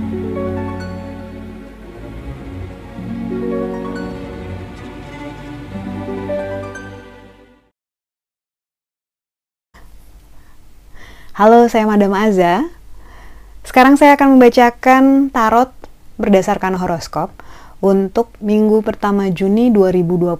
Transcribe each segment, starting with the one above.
Halo, saya Madam Aza. Sekarang saya akan membacakan tarot berdasarkan horoskop untuk minggu pertama Juni 2020.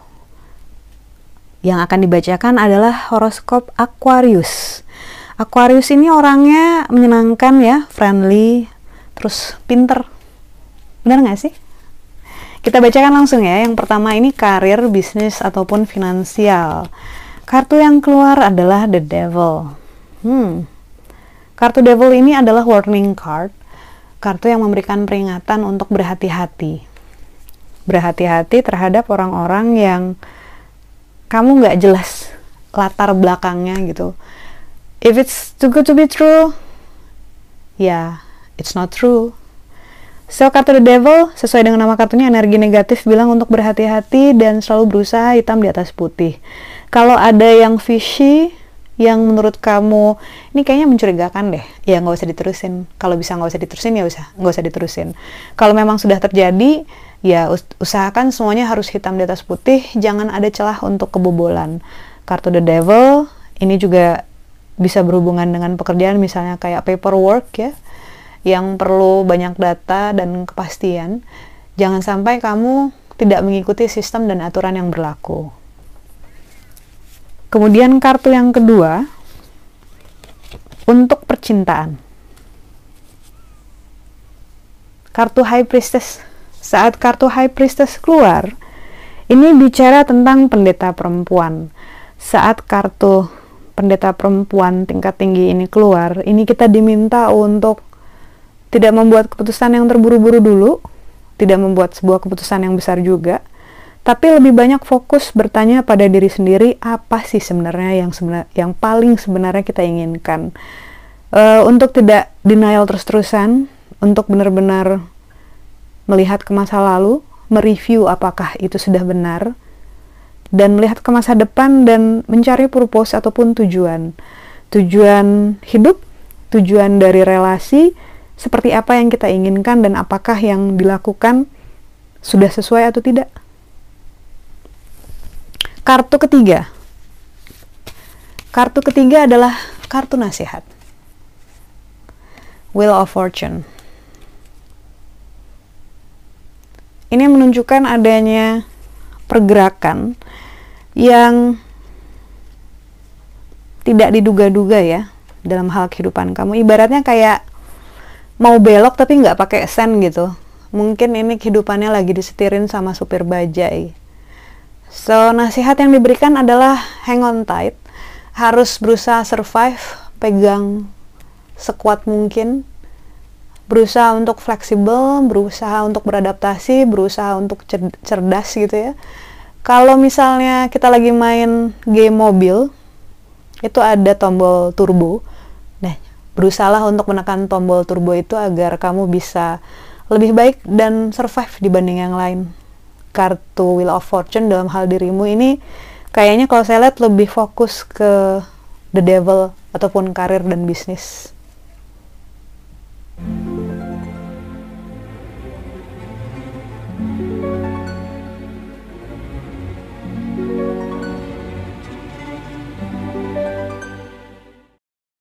Yang akan dibacakan adalah horoskop Aquarius. Aquarius ini orangnya menyenangkan ya, friendly, terus pinter. Benar nggak sih? Kita bacakan langsung ya. Yang pertama ini karir, bisnis, ataupun finansial. Kartu yang keluar adalah The Devil. Kartu Devil ini adalah warning card, kartu yang memberikan peringatan untuk berhati-hati. Berhati-hati terhadap orang-orang yang kamu nggak jelas latar belakangnya gitu. If it's too good to be true, yeah, it's not true. So, kartu The Devil sesuai dengan nama kartunya, energi negatif bilang untuk berhati-hati dan selalu berusaha hitam di atas putih. Kalau ada yang fishy, yang menurut kamu ini kayaknya mencurigakan deh, ya nggak usah diterusin. Kalau bisa nggak usah diterusin, ya nggak usah diterusin. Kalau memang sudah terjadi, ya usahakan semuanya harus hitam di atas putih, jangan ada celah untuk kebobolan. Kartu The Devil ini juga bisa berhubungan dengan pekerjaan, misalnya kayak paperwork ya, yang perlu banyak data dan kepastian. Jangan sampai kamu tidak mengikuti sistem dan aturan yang berlaku. Kemudian kartu yang kedua untuk percintaan. Kartu High Priestess. Saat kartu High Priestess keluar, ini bicara tentang pendeta perempuan. Saat kartu pendeta perempuan tingkat tinggi ini keluar, ini kita diminta untuk tidak membuat keputusan yang terburu-buru dulu, tidak membuat sebuah keputusan yang besar juga, tapi lebih banyak fokus bertanya pada diri sendiri, apa sih sebenarnya yang paling sebenarnya kita inginkan. Untuk tidak denial terus-terusan, untuk benar-benar melihat ke masa lalu, mereview apakah itu sudah benar, dan melihat ke masa depan dan mencari purpose ataupun tujuan. Tujuan hidup, tujuan dari relasi, seperti apa yang kita inginkan dan apakah yang dilakukan sudah sesuai atau tidak. Kartu ketiga. Kartu ketiga adalah kartu nasihat. Wheel of Fortune. Ini menunjukkan adanya pergerakan yang tidak diduga-duga ya dalam hal kehidupan kamu. Ibaratnya kayak mau belok tapi nggak pakai sen gitu. Mungkin ini kehidupannya lagi disetirin sama supir bajai. So, nasihat yang diberikan adalah hang on tight, harus berusaha survive, pegang sekuat mungkin, berusaha untuk fleksibel, berusaha untuk beradaptasi, berusaha untuk cerdas gitu ya. Kalau misalnya kita lagi main game mobil, itu ada tombol turbo. Nah, berusahalah untuk menekan tombol turbo itu agar kamu bisa lebih baik dan survive dibanding yang lain. Kartu Wheel of Fortune dalam hal dirimu ini kayaknya kalau saya lihat lebih fokus ke The Devil ataupun karir dan bisnis.